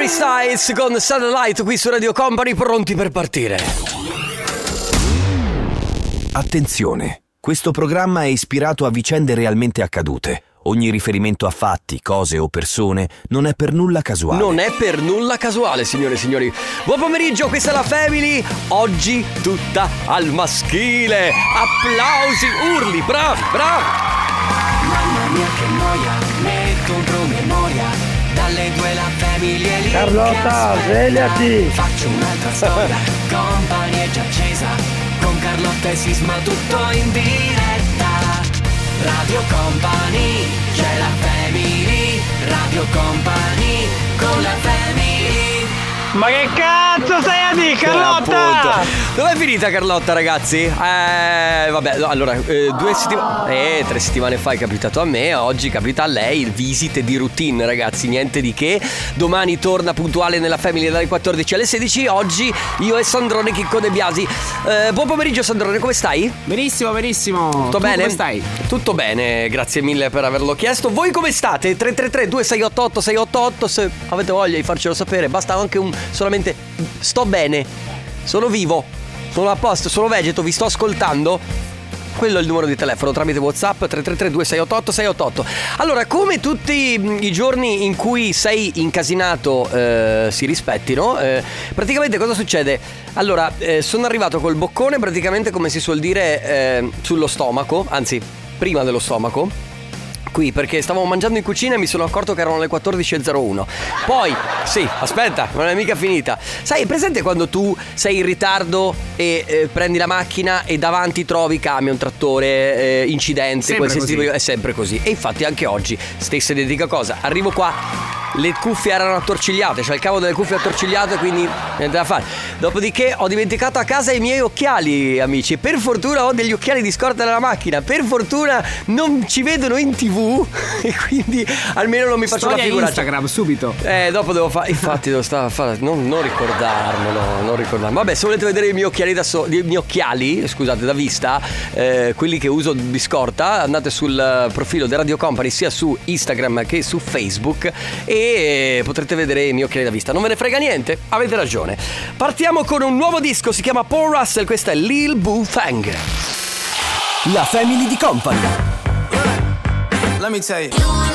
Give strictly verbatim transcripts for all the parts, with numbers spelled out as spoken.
Harry Styles con Satellite qui su Radio Company, pronti per partire. Attenzione, questo programma è ispirato a vicende realmente accadute. Ogni riferimento a fatti, cose o persone non è per nulla casuale. Non è per nulla casuale, signore e signori. Buon pomeriggio, questa è la Family. Oggi tutta al maschile. Applausi, urli, bravi, bravi. Mamma mia che noia, metto un promemoria. Dalle due la Family è lì. Carlotta, svegliati. Faccio un'altra storia, Company è già accesa. Con Carlotta e Sisma tutto in diretta. Radio Company, c'è la Family. Radio Company, con la Family. Ma che cazzo stai a dire, Carlotta? Dov'è finita Carlotta, ragazzi? Eh, vabbè, allora, eh, due settimane, eh, tre settimane fa è capitato a me, oggi capita a lei, visite di routine, ragazzi, niente di che. Domani torna puntuale nella Family dalle quattordici alle sedici, oggi io e Sandrone Chicco De Biasi. Eh, buon pomeriggio Sandrone, come stai? Benissimo, benissimo. Tutto tu bene? Come stai? Tutto bene, grazie mille per averlo chiesto. Voi come state? tre tre tre due sei otto otto sei otto otto, se avete voglia di farcelo sapere, basta anche un solamente sto bene, sono vivo, sono a posto, sono vegeto, vi sto ascoltando. Quello è il numero di telefono tramite WhatsApp tre tre tre due sei otto otto sei otto otto. Allora, come tutti i giorni in cui sei incasinato eh, si rispettino, eh, praticamente cosa succede? Allora, eh, sono arrivato col boccone praticamente, come si suol dire, eh, sullo stomaco, anzi prima dello stomaco, qui, perché stavo mangiando in cucina e mi sono accorto che erano le quattordici e zero uno. Poi, sì, aspetta, non è mica finita. Sai, è presente quando tu sei in ritardo e eh, prendi la macchina e davanti trovi camion, trattore, eh, incidente, sempre qualsiasi così. tipo, è sempre così. E infatti anche oggi, stessa identica cosa. Arrivo qua, le cuffie erano attorcigliate, cioè il cavo delle cuffie attorcigliate, quindi niente da fare. Dopodiché ho dimenticato a casa i miei occhiali, amici. Per fortuna ho degli occhiali di scorta nella macchina. Per fortuna non ci vedono in tv e quindi almeno non mi faccio Storia una figura. Instagram subito. Eh, dopo devo fare. Infatti devo stare a fare. Non, non ricordarmelo, non ricordarmelo. Vabbè, se volete vedere i miei occhiali da so, i miei occhiali, scusate, da vista, eh, quelli che uso di scorta, andate sul profilo di Radio Company sia su Instagram che su Facebook e potrete vedere i miei occhiali da vista. Non ve ne frega niente? Avete ragione. Partiamo con un nuovo disco, si chiama Paul Russell, questa è Lil Boo Fang. La Family di Company. Let me tell you.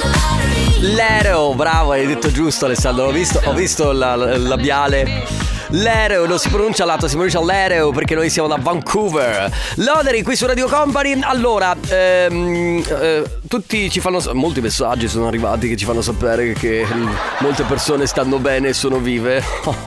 L'ereo, bravo, hai detto giusto Alessandro, ho visto, ho visto la, la, il labiale. L'ereo, non si pronuncia lato, si pronuncia l'ereo perché noi siamo da Vancouver. Loderi qui su Radio Company. Allora, ehm, eh, tutti ci fanno, molti messaggi sono arrivati che ci fanno sapere che molte persone stanno bene e sono vive.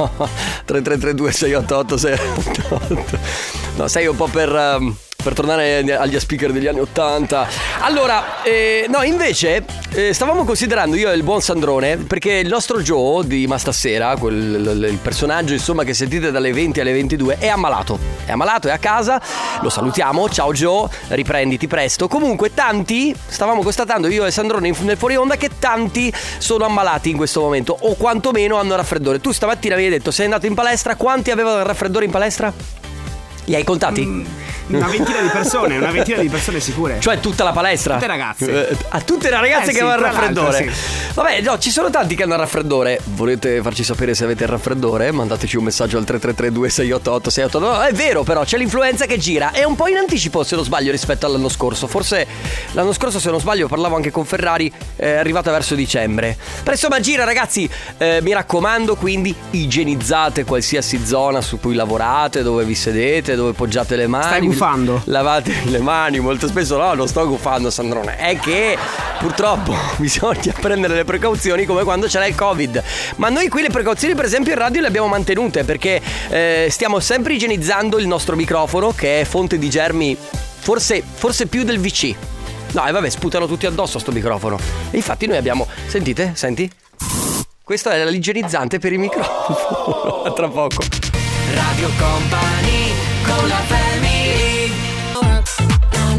tre tre tre due sei otto otto sei otto otto. No, sei un po' per... Um, per tornare agli speaker degli anni ottanta. Allora, eh, no, invece eh, stavamo considerando io e il buon Sandrone, perché il nostro Joe di Ma Stasera, quel, il personaggio insomma che sentite dalle venti alle ventidue, è ammalato. È ammalato, è a casa, lo salutiamo, ciao Joe, riprenditi presto. Comunque tanti, stavamo constatando io e Sandrone nel fuori onda, che tanti sono ammalati in questo momento, o quantomeno hanno raffreddore. Tu stamattina mi hai detto, sei andato in palestra, quanti avevano il raffreddore in palestra? Li hai contati? Mm. Una ventina di persone, una ventina di persone sicure. Cioè tutta la palestra? Tutte ragazze. Eh, a tutte le ragazze Eh, che sì, avevano il tra l'altro, raffreddore. sì. Vabbè, no, ci sono tanti che hanno il raffreddore. Volete farci sapere se avete il raffreddore? Mandateci un messaggio al tre tre tre due sei otto otto sei otto otto. No, è vero, però c'è l'influenza che gira. È un po' in anticipo, se non sbaglio, rispetto all'anno scorso. Forse l'anno scorso, se non sbaglio, parlavo anche con Ferrari, è arrivata verso dicembre. Però insomma gira, ragazzi. eh, Mi raccomando, quindi igienizzate qualsiasi zona su cui lavorate, dove vi sedete, dove poggiate le mani. Stai gufando? Lavate le mani, molto spesso no, non sto gufando Sandrone. È che purtroppo bisogna prendere le precauzioni come quando c'era il Covid. Ma noi qui le precauzioni per esempio in radio le abbiamo mantenute, perché eh, stiamo sempre igienizzando il nostro microfono, che è fonte di germi forse, forse più del V C. No, e vabbè, sputano tutti addosso a sto microfono. E infatti noi abbiamo, sentite, senti? Questo è l'igienizzante per i microfoni. Tra poco. Radio Company, con la Family.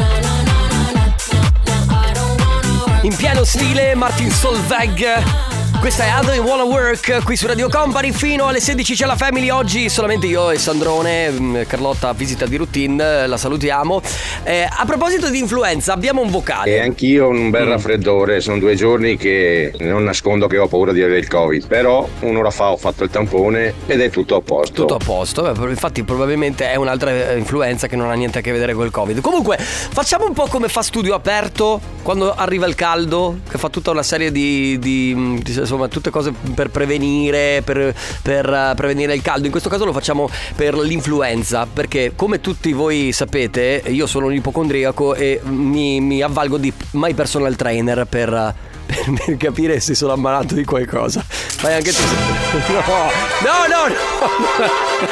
In pieno stile Martin Solveig, Questa è I Don't Wanna Work qui su Radio Company. Fino alle sedici c'è la Family. Oggi solamente io e Sandrone. Carlotta visita di routine, la salutiamo. eh, A proposito di influenza, abbiamo un vocale. E anch'io ho un bel raffreddore. Sono due giorni che non nascondo che ho paura di avere il Covid. Però un'ora fa ho fatto il tampone ed è tutto a posto. Tutto a posto. Beh, infatti probabilmente è un'altra influenza che non ha niente a che vedere col Covid. Comunque facciamo un po' come fa Studio Aperto quando arriva il caldo, che fa tutta una serie di, di, di insomma tutte cose per prevenire per, per prevenire il caldo. In questo caso lo facciamo per l'influenza, perché come tutti voi sapete io sono un ipocondriaco e mi, mi avvalgo di My Personal Trainer per, per, per capire se sono ammalato di qualcosa. Fai anche tu. No, no, no, no.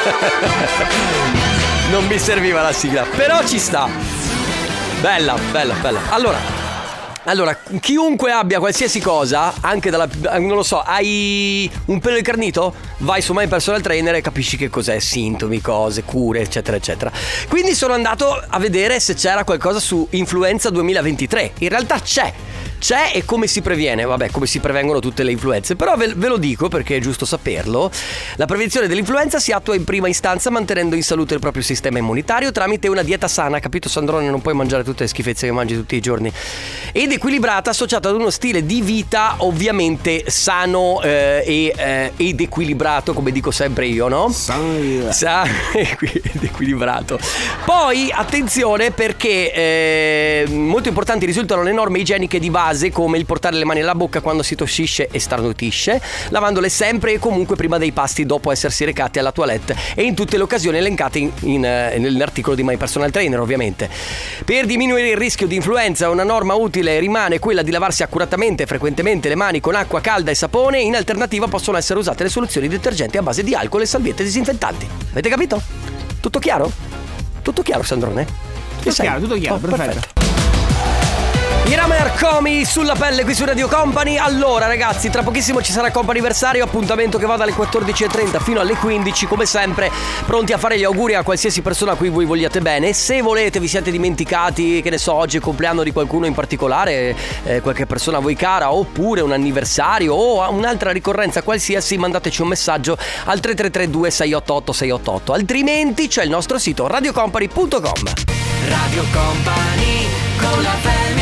Non mi serviva la sigla, però ci sta. Bella, bella, bella. Allora Allora, chiunque abbia qualsiasi cosa, anche dalla, non lo so, hai un pelo incarnito? Vai su My Personal Trainer e capisci che cos'è, sintomi, cose, cure, eccetera, eccetera. Quindi sono andato a vedere se c'era qualcosa su influenza duemilaventitré. In realtà c'è. C'è e come si previene? Vabbè, come si prevengono tutte le influenze. Però ve, ve lo dico perché è giusto saperlo. La prevenzione dell'influenza si attua in prima istanza mantenendo in salute il proprio sistema immunitario tramite una dieta sana. Capito, Sandrone? Non puoi mangiare tutte le schifezze che mangi tutti i giorni. Ed equilibrata, associata ad uno stile di vita ovviamente sano eh, e, eh, ed equilibrato, come dico sempre io, no? Sano Sa- ed equilibrato. Poi attenzione, perché eh, molto importanti risultano le norme igieniche di base, come il portare le mani alla bocca quando si tossisce e starnutisce, lavandole sempre e comunque prima dei pasti dopo essersi recati alla toilette e in tutte le occasioni elencate in, in, nell'articolo di My Personal Trainer, ovviamente. Per diminuire il rischio di influenza una norma utile rimane quella di lavarsi accuratamente e frequentemente le mani con acqua calda e sapone. In alternativa possono essere usate le soluzioni detergenti a base di alcol e salviette disinfettanti. Avete capito? Tutto chiaro? Tutto chiaro, Sandrone? Tutto chiaro, tutto chiaro, Oh, perfetto. perfetto. Iramer Comi sulla pelle qui su Radio Company. Allora ragazzi, tra pochissimo ci sarà comp'anniversario, appuntamento che va dalle quattordici e trenta fino alle quindici, come sempre pronti a fare gli auguri a qualsiasi persona a cui voi vogliate bene. Se volete, vi siete dimenticati, che ne so, oggi è il compleanno di qualcuno in particolare, eh, qualche persona a voi cara, oppure un anniversario o un'altra ricorrenza qualsiasi, mandateci un messaggio al tre tre tre due sei otto otto sei otto otto. Altrimenti c'è il nostro sito radio company punto com. Radio Company con la family.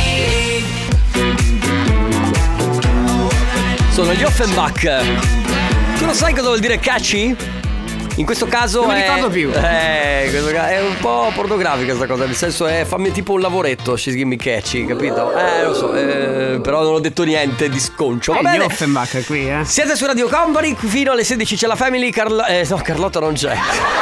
Sono gli Offenbach. Tu lo sai cosa vuol dire catchy? In questo caso non mi è ricordo più. eh, questo ca- è un po' pornografica questa cosa. Nel senso è fammi tipo un lavoretto, she's give me catchy, capito? Eh lo so, eh, però non ho detto niente di sconcio. Va Eh, bene. gli Offenbach qui, eh. Siete su Radio Company, fino alle sedici c'è la Family. Carlo- eh, no, Carlotta non c'è.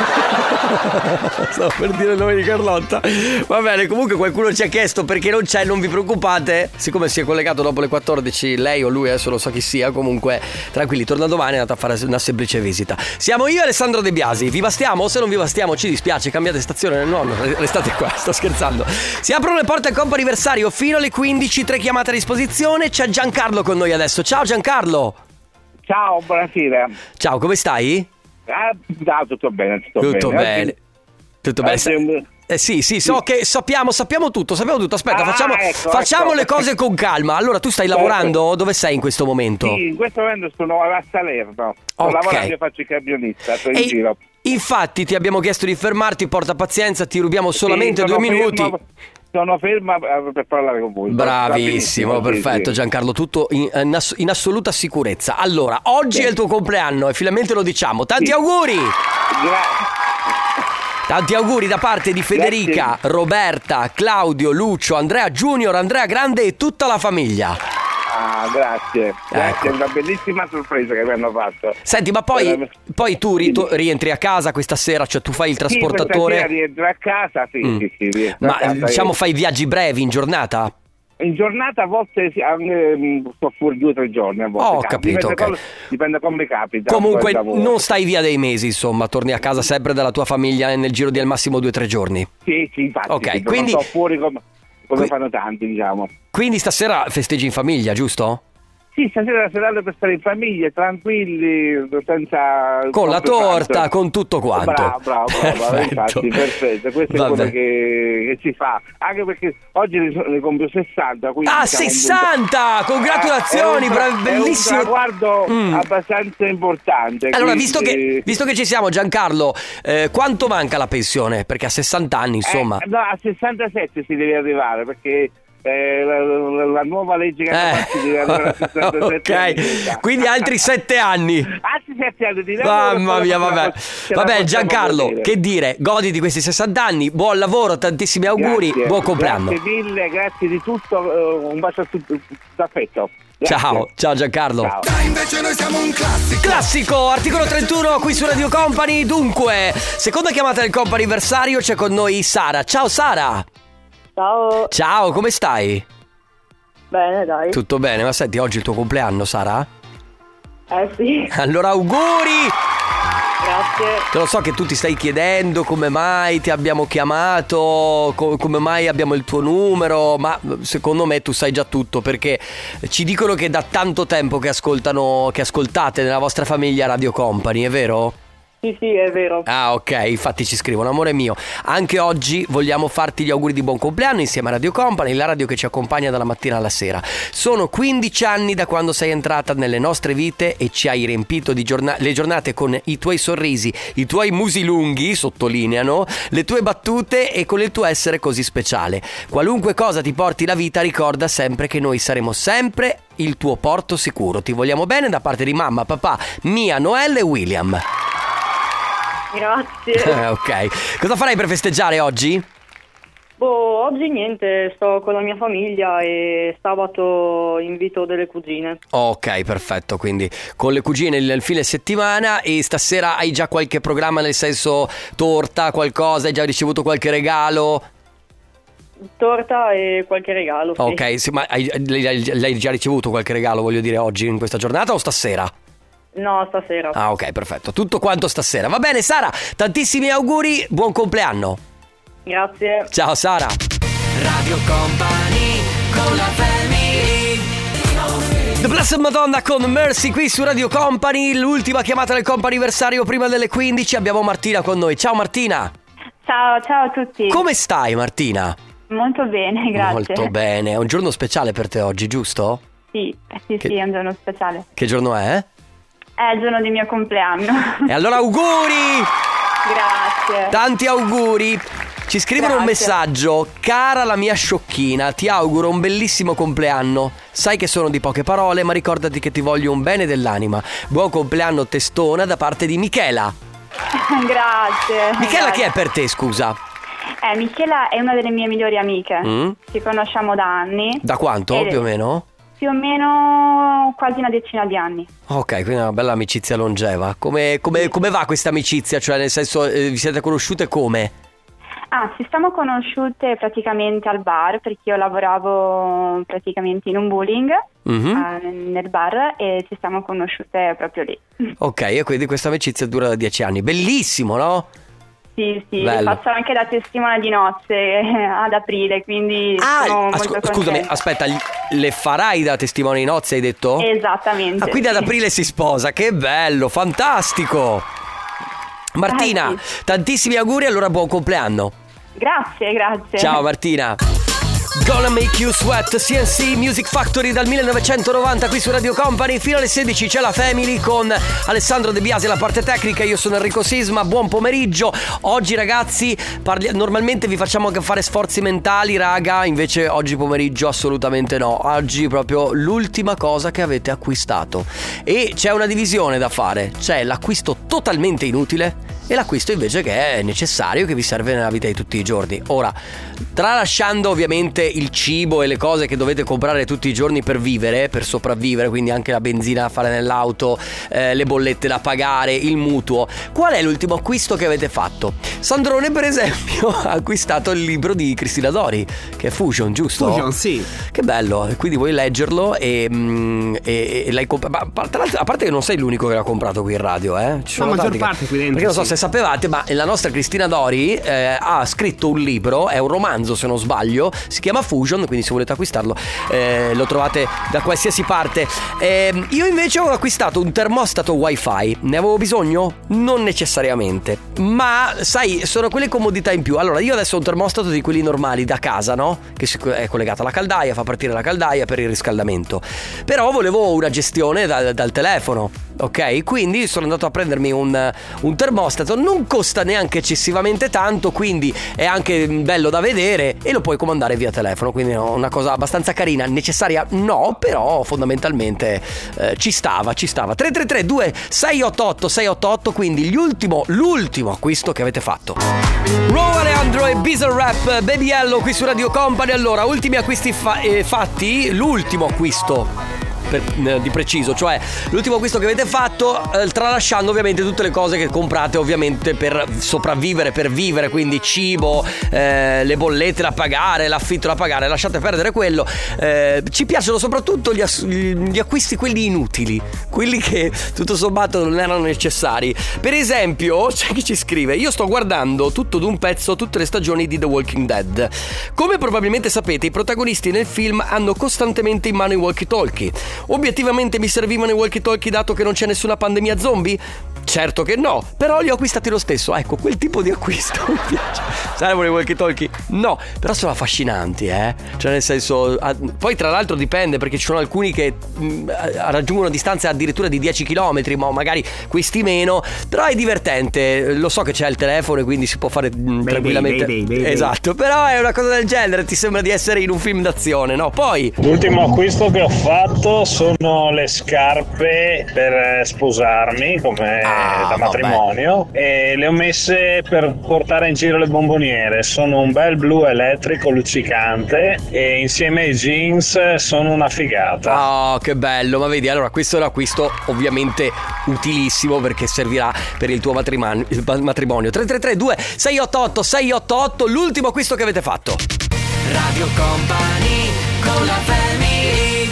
Stavo per dire il nome di Carlotta. Va bene, comunque qualcuno ci ha chiesto perché non c'è, non vi preoccupate. Siccome si è collegato dopo le quattordici, lei o lui, adesso non so chi sia, comunque tranquilli, torna domani, è andato a fare una semplice visita. Siamo io e Alessandro De Biasi. Vi bastiamo? Se non vi bastiamo ci dispiace, cambiate stazione. No, no, restate qua, sto scherzando. Si aprono le porte al comp'anniversario fino alle quindici, tre chiamate a disposizione. C'è Giancarlo con noi adesso. Ciao Giancarlo. Ciao, buonasera. Ciao, come stai? Ah, no, tutto bene, tutto, Tutto bene. bene. Oggi- Tutto bene. oggi- Eh sì, sì, so che sappiamo, sappiamo tutto, sappiamo tutto. Aspetta, Ah, facciamo, ecco, facciamo ecco. le cose con calma. Allora, tu stai lavorando? Dove sei in questo momento? Sì, in questo momento sono a Salerno. Sto Ok. lavorando e faccio il camionista, sto in E giro. infatti ti abbiamo chiesto di fermarti, porta pazienza, ti rubiamo solamente Sì, due sono minuti. fermo- sono ferma eh, per parlare con voi. Va Bravissimo, benissimo, sì, perfetto sì. Giancarlo, tutto in, in ass- in assoluta sicurezza. Allora, oggi è il tuo compleanno e finalmente lo diciamo. Tanti Sì. auguri! Gra- Tanti auguri da parte di Federica, Grazie. Roberta, Claudio, Lucio, Andrea Junior, Andrea Grande e tutta la famiglia. Ah, grazie. Grazie, Ecco. è una bellissima sorpresa che mi hanno fatto. Senti, ma poi, Eh, poi tu ri- tu rientri a casa questa sera, cioè tu fai il Sì, questa sera trasportatore, rientro a casa, sì, Mm. sì, sì, rientro a ma casa, diciamo eh. fai viaggi brevi in giornata? In giornata a volte sì, ehm, sto fuori due o tre giorni a volte. Oh, ho capita. capito, Dipende, ok. come, dipende come capita. Comunque poi il lavoro. non stai via dei mesi, insomma, torni a casa sempre dalla tua famiglia nel giro di al massimo due o tre giorni. Sì, sì, infatti. Ok, sì, quindi- non sto fuori come, come qui- fanno tanti, diciamo. Quindi stasera festeggi in famiglia, giusto? Sì, stasera è una serata per stare in famiglia, tranquilli, senza... Con la torta, tanto. con tutto quanto. Bravo, bravo, bravo, Perfetto. infatti, perfetto. Questo Vabbè. è quello che, che si fa. Anche perché oggi ne, so- ne compio sessanta. Quindi Ah, siamo un sessanta! Congratulazioni, Eh, è un, bravi, è un bellissimo. traguardo Mm. abbastanza importante. Allora, quindi- visto che, visto che ci siamo, Giancarlo, eh, quanto manca la pensione? Perché a sessanta anni, insomma. Eh, no, a sessantasette si deve arrivare perché eh, la, la, la nuova legge che hanno Eh, fatto si deve arrivare a sessantasette anni di età. ok, quindi altri sette anni. Altri sette anni di lavoro. Mamma poi mia, la- vabbè. ce la Vabbè, possiamo Giancarlo, godere. che dire? Goditi questi sessanta anni, buon lavoro, tantissimi auguri, Grazie, buon compleanno. Grazie mille, grazie di tutto, eh, un bacio a tutti, d'affetto. Grazie. Ciao, ciao Giancarlo. Ciao. Invece noi siamo un classico. Classico, articolo trentuno qui su Radio Company. Dunque, seconda chiamata del comp'anniversario, c'è con noi Sara. Ciao Sara. Ciao, Ciao, come stai? bene dai. Tutto bene, ma senti, oggi è il tuo compleanno, Sara? Eh sì, Allora auguri! grazie. Te lo so che tu ti stai chiedendo come mai ti abbiamo chiamato, co- come mai abbiamo il tuo numero, ma secondo me tu sai già tutto, perché ci dicono che da tanto tempo che ascoltano, che ascoltate nella vostra famiglia Radio Company, è vero? Sì, sì, è vero. Ah, ok, infatti ci scrivono: amore mio, anche oggi vogliamo farti gli auguri di buon compleanno insieme a Radio Company, la radio che ci accompagna dalla mattina alla sera. Sono quindici anni da quando sei entrata nelle nostre vite e ci hai riempito di giorna- le giornate con i tuoi sorrisi, i tuoi musi lunghi, sottolineano, le tue battute e con il tuo essere così speciale. Qualunque cosa ti porti la vita, ricorda sempre che noi saremo sempre il tuo porto sicuro. Ti vogliamo bene da parte di mamma, papà, Mia, Noelle e William. Grazie. Eh, ok. Cosa farai per festeggiare oggi? Boh, oggi niente, sto con la mia famiglia e sabato invito delle cugine. Ok, perfetto, quindi con le cugine il fine settimana. E stasera hai già qualche programma, nel senso torta, qualcosa? Hai già ricevuto qualche regalo? Torta e qualche regalo, sì. Ok, sì, ma hai, l'hai, l'hai già ricevuto qualche regalo, voglio dire, oggi in questa giornata o stasera? No, stasera. Ah, ok, perfetto, tutto quanto stasera. Va bene Sara, tantissimi auguri, buon compleanno. Grazie. Ciao Sara. Radio Company con la family. The Blessed Madonna con Mercy qui su Radio Company. L'ultima chiamata del comp'anniversario prima delle quindici. Abbiamo Martina con noi. Ciao Martina. Ciao, ciao a tutti. Come stai Martina? Molto bene, grazie. Molto bene. È un giorno speciale per te oggi, giusto? Sì, sì, Che- sì, è un giorno speciale. Che giorno è? È il giorno del mio compleanno. E allora auguri! Grazie. Tanti auguri! Ci scrivono un Grazie. messaggio: cara la mia sciocchina, ti auguro un bellissimo compleanno. Sai che sono di poche parole, ma ricordati che ti voglio un bene dell'anima. Buon compleanno testona da parte di Michela. Grazie. Michela Grazie. chi è per te, scusa? Eh, Michela è una delle mie migliori amiche. Mm? Ci conosciamo da anni. Da quanto Ed è- più o meno? Più o meno quasi una decina di anni. Ok, quindi è una bella amicizia longeva. Come, come- come va questa amicizia? Cioè nel senso, eh, vi siete conosciute come? Ah, ci siamo conosciute praticamente al bar, perché io lavoravo praticamente in un bowling Mhm. eh, nel bar e ci siamo conosciute proprio lì. Ok, e quindi questa amicizia dura da dieci anni. Bellissimo, no? Sì, sì, Bello. faccio anche da testimone di nozze eh, ad aprile, quindi Ah, sono asco- molto scusami, contenta. aspetta, gli- le farai da testimone di nozze, hai detto? Esattamente. Ah, quindi ad sì. aprile si sposa, che bello, fantastico! Martina, Eh, tantissimi auguri, allora buon compleanno. Grazie, grazie. Ciao Martina. Gonna Make You Sweat, C N C Music Factory dal millenovecentonovanta qui su Radio Company. Fino alle sedici c'è la Family con Alessandro De Biasi alla parte tecnica. Io sono Enrico Sisma, buon pomeriggio. Oggi ragazzi, parli- normalmente vi facciamo anche fare sforzi mentali, raga. Invece oggi pomeriggio assolutamente no. Oggi proprio l'ultima cosa che avete acquistato. E c'è una divisione da fare. C'è l'acquisto totalmente inutile e l'acquisto invece che è necessario, che vi serve nella vita di tutti i giorni. Ora, tralasciando ovviamente il cibo e le cose che dovete comprare tutti i giorni per vivere, per sopravvivere, quindi anche la benzina da fare nell'auto, eh, le bollette da pagare, il mutuo, qual è l'ultimo acquisto che avete fatto? Sandrone per esempio ha acquistato il libro di Cristina Dori, che è Fusion, giusto? Fusion, sì. Che bello, e quindi vuoi leggerlo e, mm, e, e l'hai comprato. Ma tra l'altro, a parte che non sei l'unico che l'ha comprato qui in radio, eh? Ci La sono maggior tanti che- parte qui dentro, Perché non so sì. se sapevate, ma la nostra Cristina Dori eh, ha scritto un libro, è un romanzo se non sbaglio, si chiama chiama Fusion, quindi se volete acquistarlo eh, lo trovate da qualsiasi parte. eh, Io invece ho acquistato un termostato wifi. Ne avevo bisogno? Non necessariamente, ma sai, sono quelle comodità in più. Allora, io adesso ho un termostato di quelli normali da casa, no? Che è collegato alla caldaia, fa partire la caldaia per il riscaldamento. Però volevo una gestione dal, dal telefono, ok? Quindi sono andato a prendermi un, un termostato. Non costa neanche eccessivamente tanto, quindi è anche bello da vedere e lo puoi comandare via telefono. Quindi è una cosa abbastanza carina. Necessaria no, però fondamentalmente eh, ci stava, ci stava. Tre tre tre due sei otto otto sei otto otto. Quindi l'ultimo, l'ultimo acquisto che avete fatto. Raw Alejandro e Bizarrap, Baby Yellow qui su Radio Company. Allora, ultimi acquisti fa- eh, fatti. L'ultimo acquisto per, eh, di preciso, cioè l'ultimo acquisto che avete fatto, eh, tralasciando ovviamente tutte le cose che comprate ovviamente per sopravvivere, per vivere, quindi cibo, eh, le bollette da pagare, l'affitto da pagare, lasciate perdere quello. Eh, ci piacciono soprattutto gli, ass- gli acquisti quelli inutili, quelli che tutto sommato non erano necessari. Per esempio c'è chi ci scrive: io sto guardando tutto d'un pezzo tutte le stagioni di The Walking Dead. Come probabilmente sapete, i protagonisti nel film hanno costantemente in mano i walkie-talkie. Obiettivamente mi servivano i walkie-talkie dato che non c'è nessuna pandemia zombie? Certo che no, però li ho acquistati lo stesso. Ecco, quel tipo di acquisto mi piace. Servono i walkie-talkie? No, però sono affascinanti, eh. Cioè nel senso, poi tra l'altro dipende, perché ci sono alcuni che mh, raggiungono distanze addirittura di dieci chilometri, ma magari questi meno. Però è divertente. Lo so che c'è il telefono e quindi si può fare mh, baby, tranquillamente baby, baby. Esatto, però è una cosa del genere, ti sembra di essere in un film d'azione, no? Poi l'ultimo acquisto che ho fatto sono le scarpe per sposarmi, come Ah, da matrimonio, e le ho messe per portare in giro le bomboniere. Sono un bel blu elettrico luccicante e insieme ai jeans sono una figata. Oh, che bello, ma vedi, allora questo è un acquisto ovviamente utilissimo perché servirà per il tuo matrimonio, il matrimonio. Tre tre tre due sei otto otto sei otto otto, l'ultimo acquisto che avete fatto. Radio Company con la family.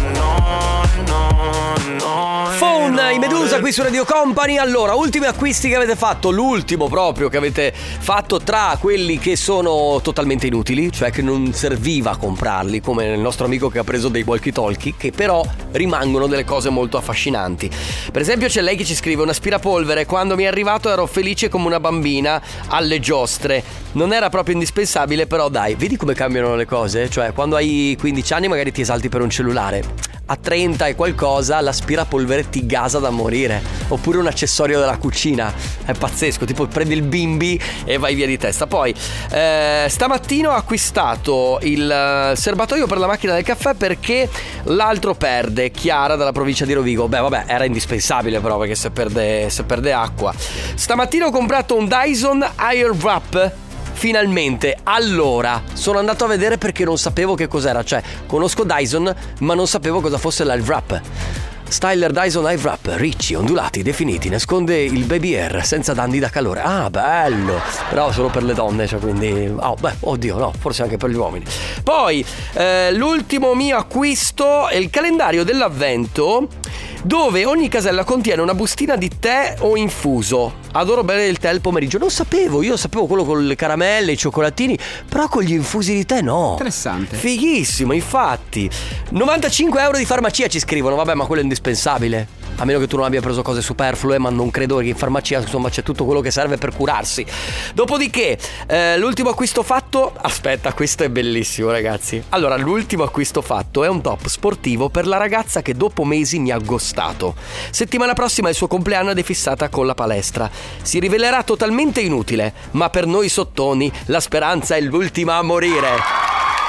No, no, no. Phone, i Medusa qui su Radio Company. Allora, ultimi acquisti che avete fatto. L'ultimo proprio che avete fatto tra quelli che sono totalmente inutili, cioè che non serviva comprarli, come il nostro amico che ha preso dei walkie-talkie, che però rimangono delle cose molto affascinanti. Per esempio c'è lei che ci scrive: un aspirapolvere, quando mi è arrivato ero felice come una bambina alle giostre. Non era proprio indispensabile, però dai, vedi come cambiano le cose? Cioè quando hai quindici anni magari ti esalti per un cellulare, a trenta e qualcosa l'aspirapolvere ti gasa da morire. Oppure un accessorio della cucina, è pazzesco, tipo prendi il bimbi e vai via di testa. Poi eh, stamattina ho acquistato il serbatoio per la macchina del caffè perché l'altro perde. Chiara dalla provincia di Rovigo. Beh vabbè, era indispensabile però, perché se perde, se perde acqua. Stamattina ho comprato un Dyson Airwrap. Finalmente. Allora, sono andato a vedere perché non sapevo che cos'era. Cioè, conosco Dyson, ma non sapevo cosa fosse l'Airwrap. Styler Dyson Airwrap, ricci, ondulati, definiti, nasconde il baby air senza danni da calore. Ah, bello. Però solo per le donne, cioè quindi... Oh, beh, oddio, no, forse anche per gli uomini. Poi, eh, l'ultimo mio acquisto è il calendario dell'avvento, dove ogni casella contiene una bustina di tè o infuso. Adoro bere il tè al pomeriggio. Non sapevo, io sapevo quello con le caramelle, i cioccolatini, però con gli infusi di tè no. Interessante. Fighissimo, infatti. novantacinque euro di farmacia ci scrivono. Vabbè, ma quello è indispensabile. A meno che tu non abbia preso cose superflue, ma non credo che in farmacia insomma c'è tutto quello che serve per curarsi. Dopodiché eh, l'ultimo acquisto fatto. Aspetta, questo è bellissimo ragazzi. Allora, l'ultimo acquisto fatto è un top sportivo per la ragazza che dopo mesi mi ha ghostato. Settimana prossima è il suo compleanno ed è fissata con la palestra. Si rivelerà totalmente inutile, ma per noi sottoni la speranza è l'ultima a morire.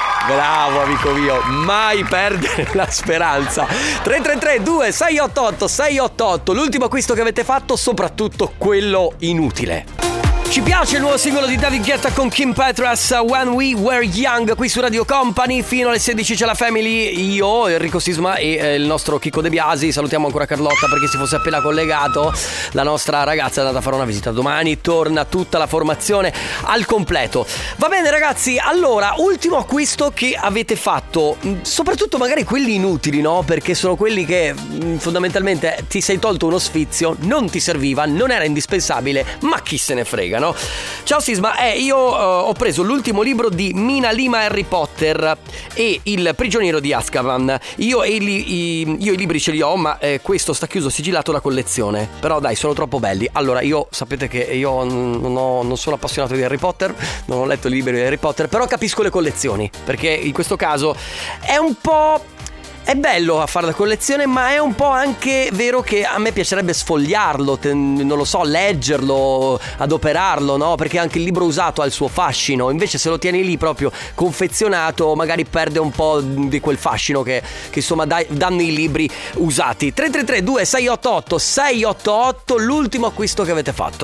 Bravo amico mio, mai perdere la speranza. Tre tre tre due sei otto otto sei otto otto, l'ultimo acquisto che avete fatto, soprattutto quello inutile. Ci piace il nuovo singolo di David Guetta con Kim Petras, When We Were Young, qui su Radio Company. Fino alle sedici c'è la Family, io, Enrico Sisma e eh, il nostro Chicco De Biasi. Salutiamo ancora Carlotta perché si fosse appena collegato. La nostra ragazza è andata a fare una visita domani, torna tutta la formazione al completo. Va bene ragazzi, allora, ultimo acquisto che avete fatto. fatto, soprattutto magari quelli inutili, no? Perché sono quelli che mh, fondamentalmente ti sei tolto uno sfizio, non ti serviva, non era indispensabile, ma chi se ne frega, no? Ciao Sisma, eh, io uh, ho preso l'ultimo libro di Mina Lima Harry Potter e Il prigioniero di Azkaban. Io, e li, i, io i libri ce li ho, ma eh, questo sta chiuso sigillato la collezione. Però dai, sono troppo belli. Allora, io sapete che io non, ho, non sono appassionato di Harry Potter, non ho letto i libri di Harry Potter, però capisco le collezioni, perché in questo caso è un po'... È bello a fare la collezione, ma è un po' anche vero che a me piacerebbe sfogliarlo, non lo so, leggerlo, adoperarlo, no? Perché anche il libro usato ha il suo fascino. Invece se lo tieni lì proprio confezionato, magari perde un po' di quel fascino che, che insomma dai, danno i libri usati. Tre tre tre due sei otto otto sei otto otto, l'ultimo acquisto che avete fatto.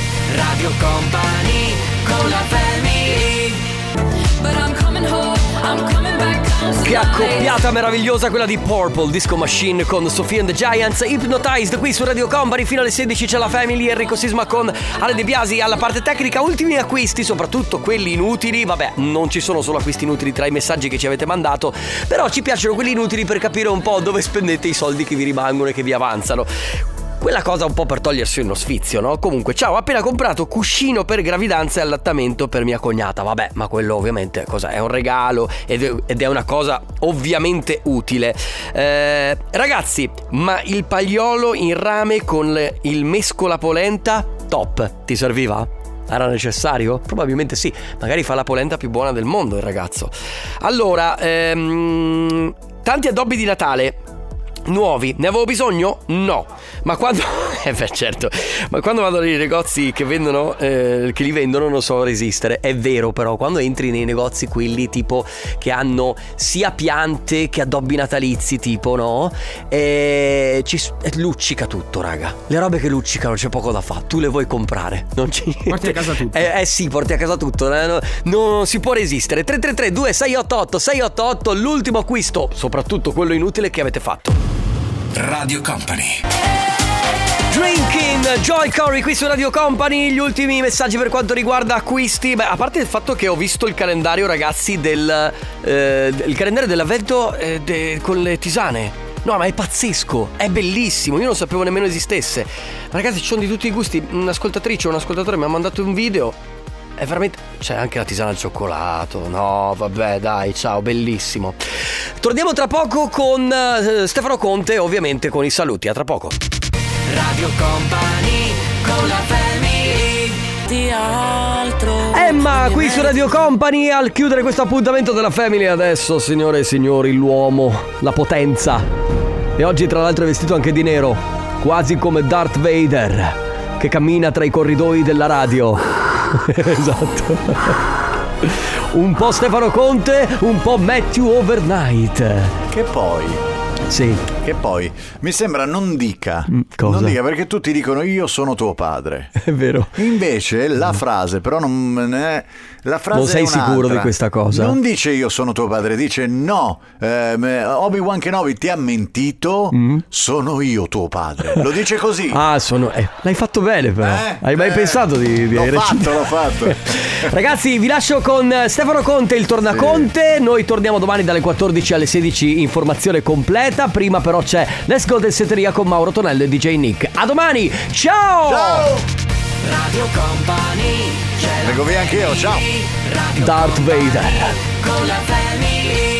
Radio Company con la family. But I'm coming home, I'm coming back. Che accoppiata meravigliosa quella di Purple Disco Machine con Sophie and the Giants. Hypnotized qui su Radio Company fino alle sedici. C'è la Family, Enrico Sisma con Ale De Biasi alla parte tecnica. Ultimi acquisti, soprattutto quelli inutili. Vabbè, non ci sono solo acquisti inutili tra i messaggi che ci avete mandato, però ci piacciono quelli inutili per capire un po' dove spendete i soldi che vi rimangono e che vi avanzano. Quella cosa un po' per togliersi uno sfizio, no? Comunque, ciao, ho appena comprato cuscino per gravidanza e allattamento per mia cognata. Vabbè, ma quello ovviamente cosa? È un regalo ed è, ed è una cosa ovviamente utile. eh, Ragazzi, ma il pagliolo in rame con le, il mescola polenta, top, ti serviva? Era necessario? Probabilmente sì. Magari fa la polenta più buona del mondo il ragazzo. Allora, ehm, tanti addobbi di Natale nuovi, ne avevo bisogno? No. Ma quando eh beh certo Ma quando vado nei negozi che vendono eh, che li vendono non so resistere. È vero, però quando entri nei negozi quelli tipo che hanno sia piante che addobbi natalizi, tipo, no? E ci luccica tutto, raga. Le robe che luccicano c'è poco da fare. Tu le vuoi comprare, non ci... Porti a casa tutto. Eh, eh sì, porti a casa tutto. Non, non si può resistere. Tre tre tre due sei otto otto sei otto otto, l'ultimo acquisto, soprattutto quello inutile che avete fatto. Radio Company. Drinking, Joy Corey qui su Radio Company. Gli ultimi messaggi per quanto riguarda acquisti. Beh, a parte il fatto che ho visto il calendario, ragazzi, del eh, il calendario dell'avvento eh, de, con le tisane. No, ma è pazzesco, è bellissimo, io non sapevo nemmeno esistesse. Ma ragazzi, ci sono di tutti i gusti. Un'ascoltatrice, un ascoltatore mi ha mandato un video. È veramente... c'è anche la tisana al cioccolato. No, vabbè, dai, ciao, bellissimo. Torniamo tra poco con uh, Stefano Conte, ovviamente con i saluti. A tra poco. Radio Company con la family. Di altro. Emma qui su Radio Company al chiudere questo appuntamento della Family. Adesso, signore e signori, l'uomo, la potenza. E oggi tra l'altro è vestito anche di nero, quasi come Darth Vader, che cammina tra i corridoi della radio. Esatto. Un po' Stefano Conte, un po' Matthew Overnight. Che poi Sì. Che poi mi sembra non dica cosa? Non dica, perché tutti dicono io sono tuo padre. È vero. Invece la frase però non è... La frase non sei è un'altra. sicuro di questa cosa? Non dice io sono tuo padre, dice no, eh, Obi-Wan Kenobi ti ha mentito, mm. sono io tuo padre. Lo dice così. Ah, sono eh, l'hai fatto bene però. Eh, Hai mai eh, pensato di, di L'ho recitare? fatto, l'ho fatto. Ragazzi, vi lascio con Stefano Conte, il Tornaconte. Sì. Noi torniamo domani dalle quattordici alle sedici, informazione completa. Prima però c'è Let's Go del Setteria con Mauro Tonello e D J Nick. A domani, ciao! Ciao! Radio Company, vengo via anch'io, ciao! Radio Darth Vader con la family.